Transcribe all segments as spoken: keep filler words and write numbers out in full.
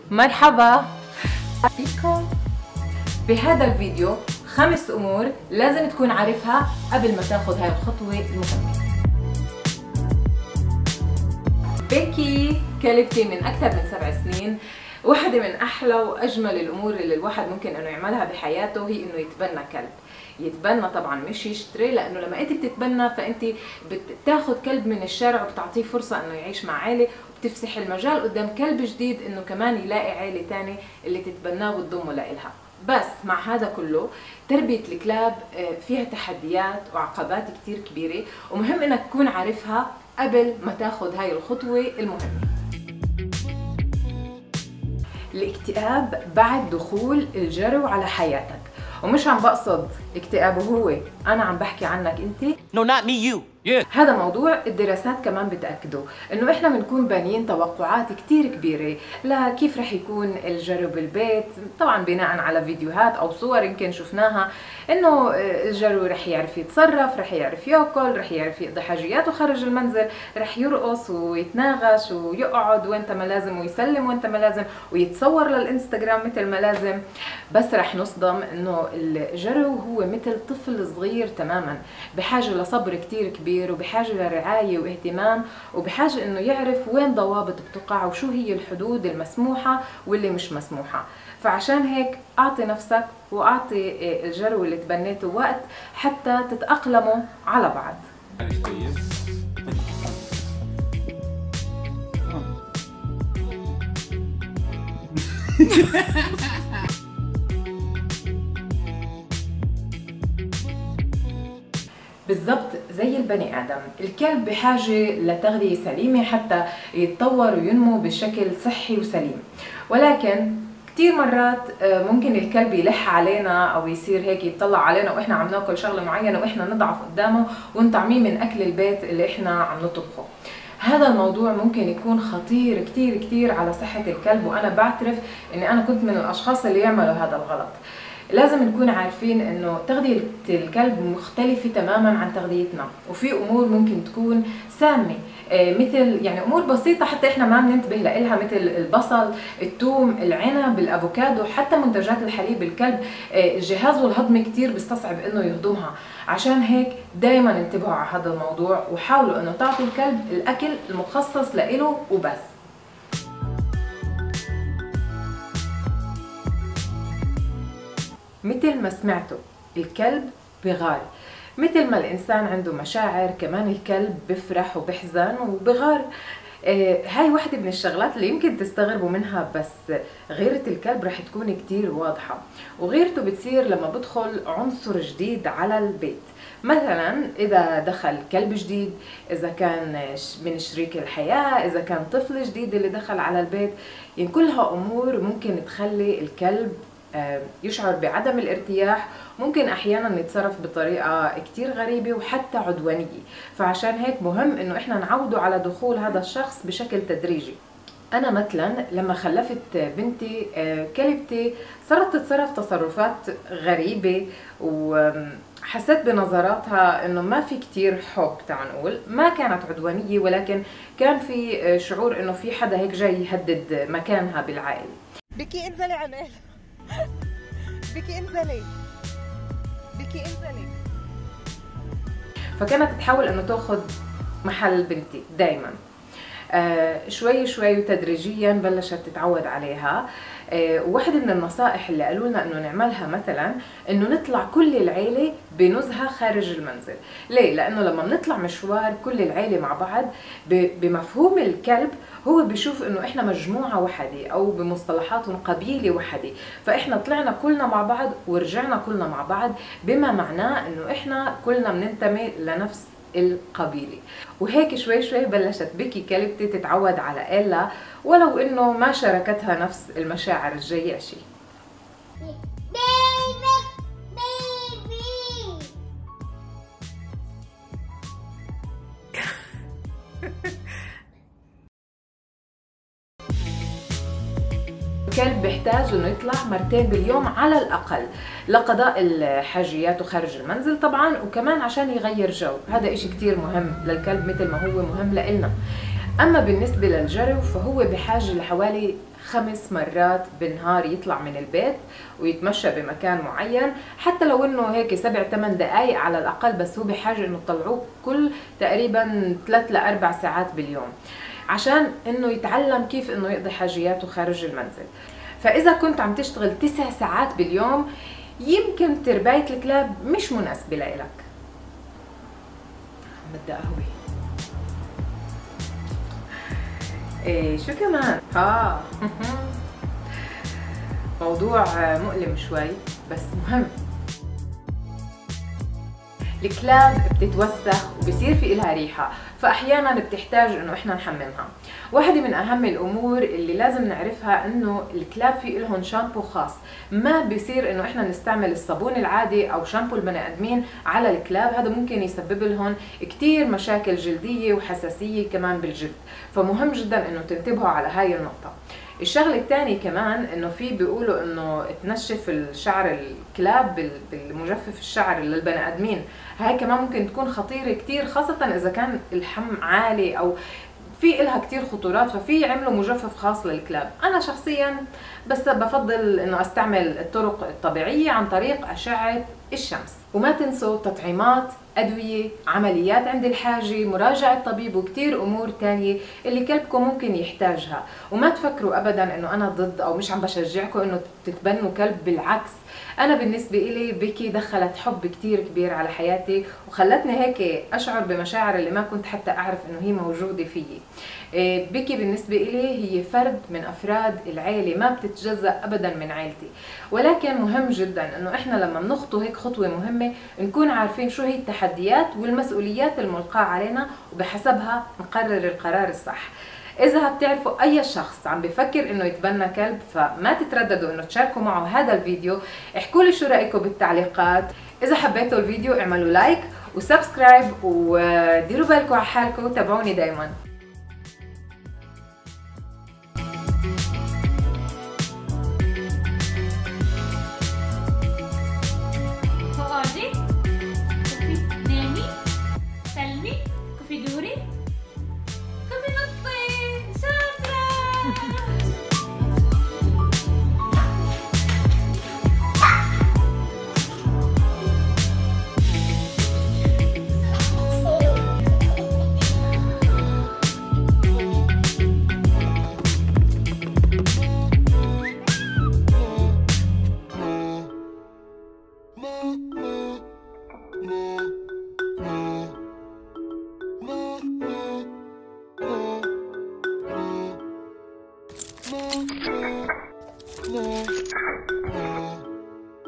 مرحبا فيكم. بهذا الفيديو خمس امور لازم تكون عارفها قبل ما تاخذ هاي الخطوه المهمه. بيكي كلبتي من اكثر من سبع سنين. واحدة من احلى واجمل الامور اللي الواحد ممكن انه يعملها بحياته هي انه يتبنى كلب. يتبنى طبعا مش يشتري، لانه لما انت بتتبنى فانت بتاخذ كلب من الشارع وبتعطيه فرصه انه يعيش مع عائله، وبتفسح المجال قدام كلب جديد انه كمان يلاقي عائله ثانيه اللي تتبناه وتضمه لإلها. بس مع هذا كله تربيه الكلاب فيها تحديات وعقبات كثير كبيره، ومهم انك تكون عارفها قبل ما تاخذ هاي الخطوه المهمه. الاكتئاب بعد دخول الجرو على حياتك، ومش عم بقصد اكتئاب هو، انا عم بحكي عنك انت. No, not me, you. Yeah. هذا موضوع الدراسات كمان بتاكده انه احنا بنكون بانيين توقعات كثير كبيره لكيف رح يكون الجرو بالبيت، طبعا بناء على فيديوهات او صور يمكن شفناها انه الجرو رح يعرف يتصرف، رح يعرف ياكل، رح يعرف يقضي حاجياته خارج المنزل، رح يرقص ويتناغش ويقعد وانت ما لازم، ويسلم وانت ما لازم، ويتصور للانستغرام مثل ما لازم. بس رح نصدم انه الجرو هو مثل طفل صغير تماما، بحاجه لصبر كثير كبير، وبحاجه لرعايه واهتمام، وبحاجه انه يعرف وين ضوابط بتقع وشو هي الحدود المسموحه واللي مش مسموحه. فعشان هيك اعطي نفسك واعطي الجرو اللي تبنيته وقت حتى تتاقلموا على بعض. بالضبط زي البني آدم، الكلب بحاجة لتغذية سليمة حتى يتطور وينمو بشكل صحي وسليم، ولكن كثير مرات ممكن الكلب يلح علينا او يصير هيك يطلع علينا واحنا عم ناكل شغله معينه واحنا نضعف قدامه ونطعميه من اكل البيت اللي احنا عم نطبخه. هذا الموضوع ممكن يكون خطير كثير كثير على صحه الكلب، وانا بعترف اني انا كنت من الاشخاص اللي يعملوا هذا الغلط. لازم نكون عارفين انه تغذية الكلب مختلفة تماما عن تغذيتنا، وفي امور ممكن تكون سامة مثل يعني امور بسيطة حتى احنا ما بننتبه لها، مثل البصل، الثوم، العنب، الافوكادو، حتى منتجات الحليب. الكلب جهازه الهضمي كثير بيستصعب انه يهضمها، عشان هيك دائما انتبهوا على هذا الموضوع وحاولوا انه تعطوا الكلب الاكل المخصص له وبس. مثل ما سمعتوا الكلب بغار، مثل ما الإنسان عنده مشاعر كمان الكلب بفرح وبحزن وبغار. آه هاي واحدة من الشغلات اللي يمكن تستغربوا منها، بس غيرة الكلب رح تكون كتير واضحة، وغيرته بتصير لما بدخل عنصر جديد على البيت. مثلا إذا دخل كلب جديد، إذا كان من شريك الحياة، إذا كان طفل جديد اللي دخل على البيت، يعني كلها أمور ممكن تخلي الكلب يشعر بعدم الارتياح، ممكن احيانا يتصرف بطريقه كتير غريبه وحتى عدوانيه. فعشان هيك مهم انه احنا نعوده على دخول هذا الشخص بشكل تدريجي. انا مثلا لما خلفت بنتي كلبتي صارت تتصرف تصرفات غريبه، وحسيت بنظراتها انه ما في كتير حب، تعال نقول ما كانت عدوانيه، ولكن كان في شعور انه في حدا هيك جاي يهدد مكانها بالعائله. بكي انزلي عنال، بكي انزلي، بكي انزلي. فكانت تحاول انه تاخذ محل بنتي دائما. آه شوي شوي وتدريجيا بلشت تتعود عليها. آه وواحدة من النصائح اللي قالوا لنا انه نعملها مثلا انه نطلع كل العيلة بنزهة خارج المنزل. ليه؟ لانه لما بنطلع مشوار كل العيلة مع بعض، بمفهوم الكلب هو بيشوف انه احنا مجموعة وحدة، او بمصطلحاتهم قبيلة وحدة، فاحنا طلعنا كلنا مع بعض ورجعنا كلنا مع بعض، بما معناه انه احنا كلنا بننتمي لنفس القبيلة. وهيك شوي شوي بلشت بكي كلبتي تتعود على إلا، ولو انه ما شاركتها نفس المشاعر الجياشة. الكلب بيحتاج انه يطلع مرتين باليوم على الاقل لقضاء الحاجيات خارج المنزل طبعا، وكمان عشان يغير جو. هذا اشي كتير مهم للكلب مثل ما هو مهم لإلنا. اما بالنسبة للجرو فهو بحاجة لحوالي خمس مرات بالنهار يطلع من البيت ويتمشى بمكان معين، حتى لو انه هيك سبع ثمان دقائق على الاقل، بس هو بحاجه انه تطلعوه كل تقريبا ثلاث لاربع ساعات باليوم عشان انه يتعلم كيف انه يقضي حاجياته خارج المنزل. فاذا كنت عم تشتغل تسع ساعات باليوم يمكن تربايه الكلاب مش مناسبه لإلك. بدي قهوه. ايه شو كمان؟ اه موضوع مؤلم شوي بس مهم. الكلاب بتتوسخ وبصير في إلها ريحة، فأحيانا بتحتاج إنه إحنا نحممها. واحدة من أهم الأمور اللي لازم نعرفها إنه الكلاب في إلهم شامبو خاص، ما بيصير إنه إحنا نستعمل الصابون العادي أو شامبو البني آدمين على الكلاب، هذا ممكن يسبب لهم كتير مشاكل جلدية وحساسية كمان بالجلد، فمهم جدا إنه تنتبهوا على هاي النقطة. الشغله الثانيه كمان انه في بيقولوا انه تنشف الشعر الكلاب بالمجفف الشعر للبني ادمين، هاي كمان ممكن تكون خطيره كتير، خاصه اذا كان اللحم عالي او في إلها كتير خطورات، ففي يعملوا مجفف خاص للكلاب. انا شخصيا بس بفضل انه استعمل الطرق الطبيعيه عن طريق اشعه الشمس. وما تنسوا تطعيمات، أدوية، عمليات عند الحاجة، مراجعة طبيب، وكتير أمور تانية اللي كلبكم ممكن يحتاجها. وما تفكروا أبدا إنه أنا ضد أو مش عم بشجعكم إنه تتبنوا كلب، بالعكس أنا بالنسبة إلي بيكي دخلت حب كتير كبير على حياتي وخلتني هيك أشعر بمشاعر اللي ما كنت حتى أعرف إنه هي موجودة فيي. بيكي بالنسبة إلي هي فرد من أفراد العيلة، ما بتتجزأ أبدا من عيلتي، ولكن مهم جدا إنه إحنا لما بنخطو هيك خطوة مهمة نكون عارفين شو هي التحديات والمسؤوليات الملقاة علينا، وبحسبها نقرر القرار الصح. إذا بتعرفوا أي شخص عم بفكر إنه يتبنى كلب فما تترددوا إنه تشاركوا معه هذا الفيديو، احكوا لي شو رأيكم بالتعليقات. إذا حبيتوا الفيديو اعملوا لايك وسبسكرايب، وديروا بالكم على حالكم وتابعوني دايما.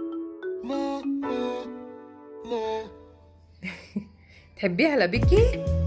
تحبيها لبيكي؟